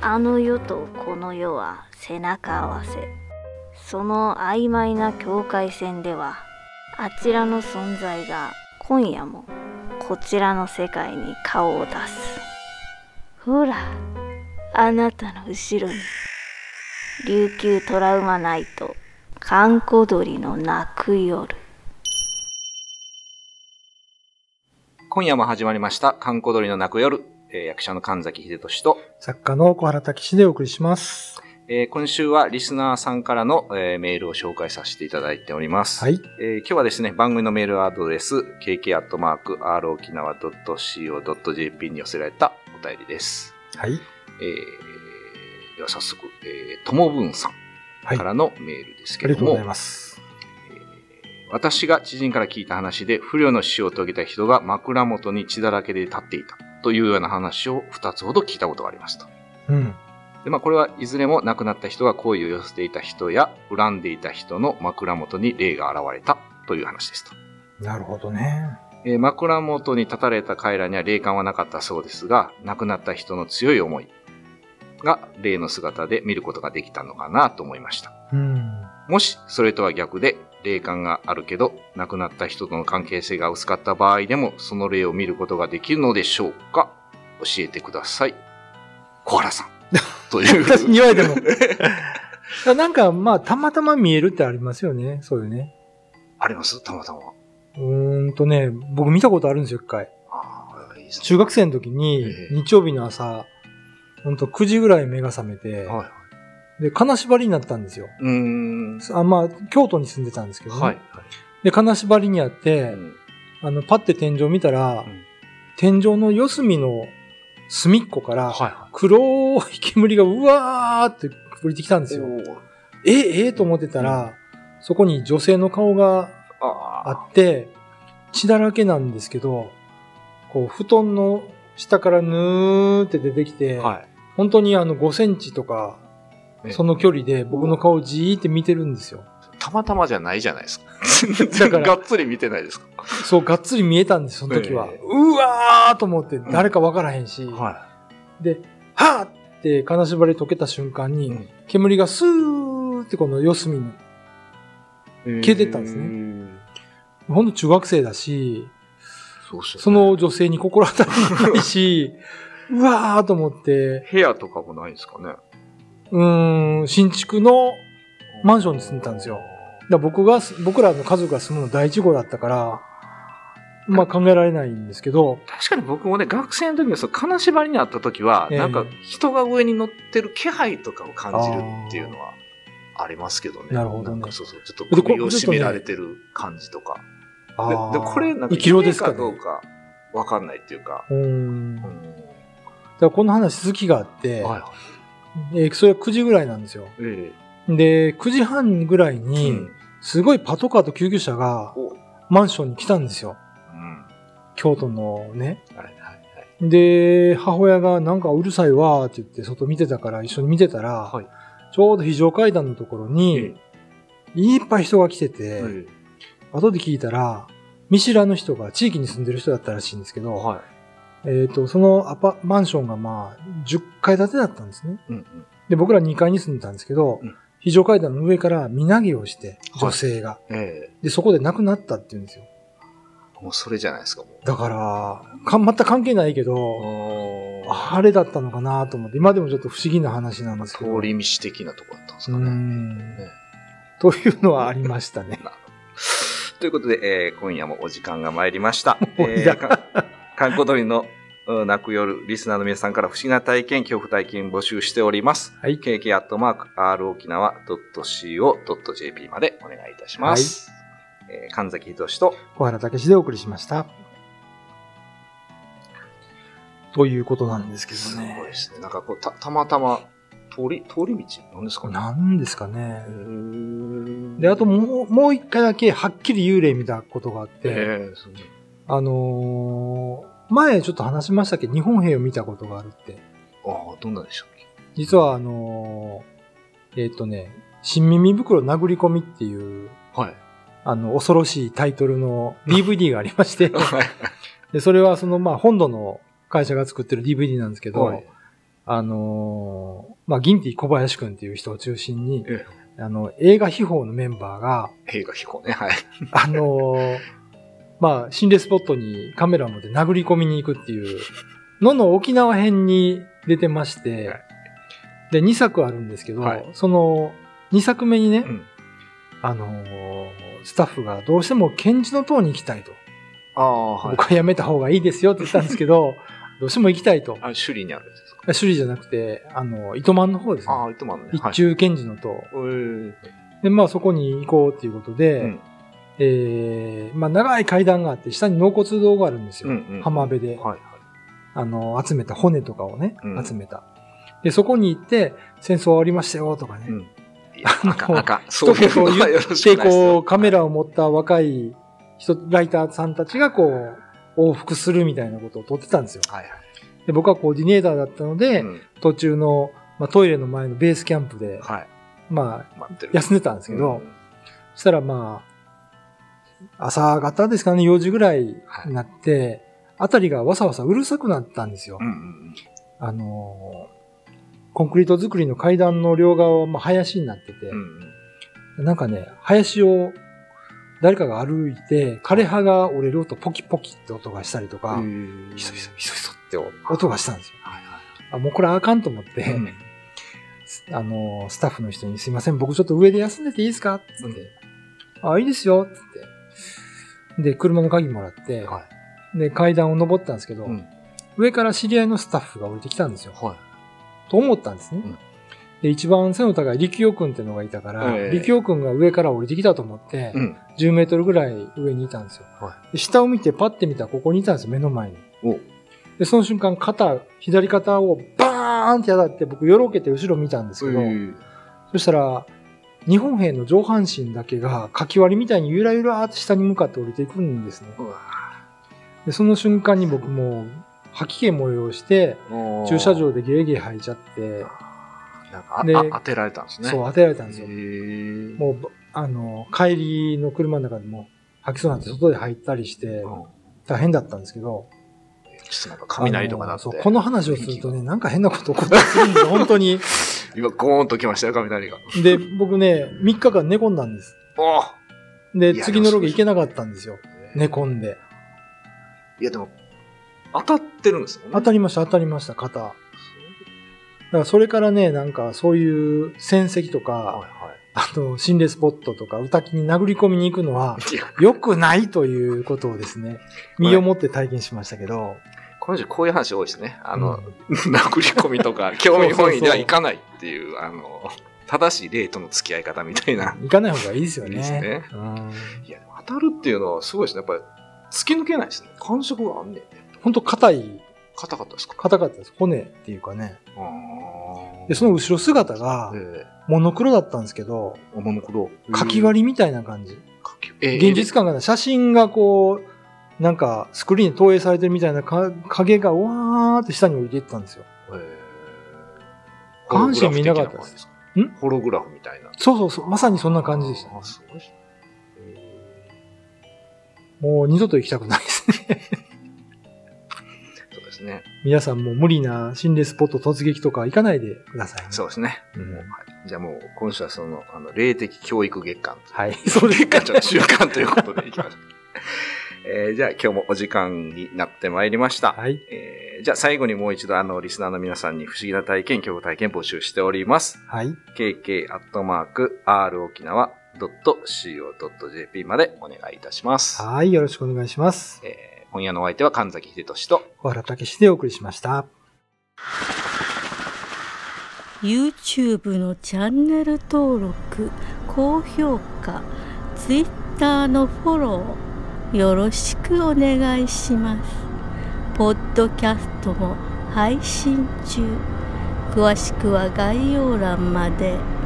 あの世とこの世は背中合わせ。その曖昧な境界線では、あちらの存在が今夜もこちらの世界に顔を出す。ほら、あなたの後ろに琉球トラウマナイト、閑古鳥の鳴く夜。 今夜も始まりました閑古鳥の鳴く夜、役者の神崎秀俊と作家の小原武史でお送りします。 今週はリスナーさんからの、メールを紹介させていただいております。 はい。 今日はですね、番組のメールアドレス kk@rokinawa.co.jp に寄せられたお便りです。 はい。 では早速、ともぶんさんからのメールですけども、 ありがとうございます。 私が知人から聞いた話で、不慮の死を遂げた人が枕元に血だらけで立っていたというような話を2つほど聞いたことがありますと。 うん。 で、これはいずれも亡くなった人が好意を寄せていた人や恨んでいた人の枕元に霊が現れたという話ですと。 なるほどね。 枕元に立たれた彼らには霊感はなかったそうですが、亡くなった人の強い思いが霊の姿で見ることができたのかなと思いました。 うん。 もしそれとは逆で霊感があるけど亡くなった人との関係性が薄かった場合でもその霊を見ることができるのでしょうか。教えてください、小原さん。という私に言われてもなんかたまたま見えるってありますよね。そういうね。 あります？たまたま。 僕見たことあるんですよ、一回。 いいですね。 中学生の時に日曜日の朝、9時ぐらい目が覚めて、で、金縛りになったんですよ。京都に住んでたんですけどね。で、金縛りにあって、パッて天井見たら、天井の四隅の隅っこから、黒い煙がうわーって降りてきたんですよ。と思ってたら、そこに女性の顔があって、血だらけなんですけど、こう、布団の下からぬーって出てきて、本当に5センチとか、その距離で僕の顔をじーって見てるんですよ。 たまたまじゃないじゃないですか。 だからがっつり見てないですか？ そう、がっつり見えたんです、その時は。うわーと思って誰かわからへんし。で、はーって金縛り解けた瞬間に、煙がスーってこの四隅に消えてったんですね。ほんと中学生だし、その女性に心当たりないし、うわーと思って。 部屋とかもないんですかね？ 新築のマンションに住んでたんですよ。僕らの家族が住むの第一号だったから、考えられないんですけど。 確かに僕もね、学生の時の金縛りにあった時は、なんか人が上に乗ってる気配とかを感じるっていうのはありますけどね。 なるほどね。 ちょっと首を絞められてる感じとか。でこれなんか夢かどうかわかんないっていうか。 だからこの話続きがあって、それは9時ぐらいなんですよ。で、9時半ぐらいに、すごいパトカーと救急車がマンションに来たんですよ。京都のね。で、母親がなんかうるさいわーって言って外見てたから一緒に見てたら、ちょうど非常階段のところに、いっぱい人が来てて、後で聞いたら、見知らぬ人が地域に住んでる人だったらしいんですけど、そのマンションが10階建てだったんですね。で、僕ら2階に住んでたんですけど、非常階段の上から身投げをして、女性が。で、そこで亡くなったって言うんですよ。 もうそれじゃないですか、もう。 だから、全く関係ないけど、あれだったのかなと思って、今でもちょっと不思議な話なんですけど。 通り道的なとこだったんですかね。 というのはありましたね。 ということで、今夜もお時間が参りました。閑古鳥の泣く夜、リスナーの皆さんから不思議な体験、恐怖体験募集しております。kk@rokinawa.co.jp までお願いいたします。神崎秀と小原武史でお送りしました。ということなんですけどね。 すごいですね。なんかこう、たまたま、通り道なんですかね。 なんですかね。で、あともう一回だけはっきり幽霊見たことがあって、前ちょっと話しましたっけど、日本兵を見たことがあるって。 どんなでしたっけ？ 実は新耳袋殴り込みっていう、恐ろしいタイトルの DVD がありまして、で、それは本土の会社が作ってる DVD なんですけど、 ギンティ小林くんっていう人を中心に、映画秘宝のメンバーが、 映画秘宝ね、はい。 心霊スポットにカメラを持って殴り込みに行くっていうの沖縄編に出てまして、はい、で、2作あるんですけど、はい、その2作目にね、スタッフがどうしても検事の塔に行きたいと。はい、僕はやめた方がいいですよって言ったんですけど、どうしても行きたいと。 首里にあるんですか？ 首里じゃなくて、糸満の方ですね。 糸満ね。 一中検事の塔。で、そこに行こうっていうことで、長い階段があって、下に納骨堂があるんですよ。浜辺で。集めた骨とかをね、集めた。で、そこに行って、戦争終わりましたよとかね。一言言って、カメラを持った若いライターさんたちが往復するみたいなことを撮ってたんですよ。で、僕はコーディネーターだったので、途中の、トイレの前のベースキャンプで、休んでたんですけど、そしたら朝方ですかね、4時ぐらいになって、あたりがわさわさうるさくなったんですよ。コンクリート作りの階段の両側は林になってて、なんかね、林を誰かが歩いて、枯葉が折れる音、ポキポキって音がしたりとか、ひそひそひそひそって音がしたんですよ。もうこれあかんと思って、スタッフの人にすいません、僕ちょっと上で休んでていいですかって言って、いいですよって言って、で、車の鍵もらって、で、階段を登ったんですけど、上から知り合いのスタッフが降りてきたんですよ。と思ったんですね。で、一番背の高い力夫くんってのがいたから、力夫くんが上から降りてきたと思って、10メートルぐらい上にいたんですよ。で、下を見てパッて見たらここにいたんですよ、目の前に。で、その瞬間左肩をバーンって当たって僕よろけて後ろ見たんですけど、そしたら、日本兵の上半身だけがかき割りみたいにゆらゆらーって下に向かって降りていくんですね。で、その瞬間に僕も吐き気催して、駐車場でゲーゲー吐いちゃって、 当てられたんですね。 そう、当てられたんですよ。もう、帰りの車の中でも吐きそうになって外で入ったりして、大変だったんですけど、 雷とかだって。 この話をするとね、なんか変なこと起こったりするんですよ、本当に。 今、ゴーンときましたよ、雷が。 で、僕ね、3日間寝込んだんです。で、次のロケ行けなかったんですよ。寝込んで。 いや、でも、当たってるんですよね。 当たりました、肩。だからそれからね、なんかそういう戦績とか、心霊スポットとか、歌木に殴り込みに行くのは、良くないということをですね、身をもって体験しましたけど、 この人こういう話多いですね。殴り込みとか、興味本位ではいかないっていう、正しい霊との付き合い方みたいな。 行かない方がいいですよね。 いいですね。いや、当たるっていうのはすごいですね。やっぱり、突き抜けないですね。感触があんねんね。 ほんと硬い。 硬かったですか？ 硬かったです。骨っていうかね。で、その後ろ姿が、モノクロだったんですけど、 モノクロ。 かき割りみたいな感じ。現実感がない。写真がなんかスクリーンに投影されてるみたいな影がわーって下に降りていったんですよ。下半身見なかったです。 ホログラフみたいな。 そう。まさにそんな感じでした、ね。もう二度と行きたくないですね。 そうですね。 皆さんも無理な心霊スポット突撃とか行かないでください、ね。 そうですね。じゃあもう、今週は霊的教育月間。 はい。そうです。 月間じゃない、週間ということでいきましょう。じゃあ今日もお時間になってまいりました。 はい。 じゃあ最後にもう一度リスナーの皆さんに不思議な体験、恐怖体験募集しております。 はい。 kk@rokinawa.co.jp までお願いいたします。 はい。よろしくお願いします。 今夜のお相手は神崎秀俊と小原武史でお送りしました。 YouTube のチャンネル登録、高評価、Twitter のフォロー、よろしくお願いします。ポッドキャストも配信中。詳しくは概要欄まで。